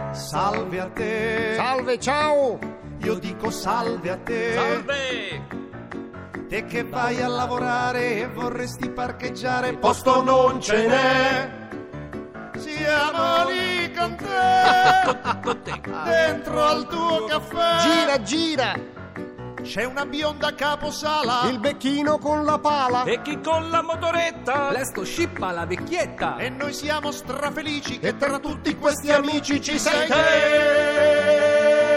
Salve a te. Salve, ciao. Io dico salve a te. Salve! Te che vai a lavorare e vorresti parcheggiare, posto non ce n'è. Siamo lì con te, dentro al tuo caffè. Gira, gira. C'è una bionda caposala, Il becchino con la pala. E chi con la motoretta? Lesto scippa la vecchietta. e noi siamo strafelici che E tra tutti questi amici ci sei te.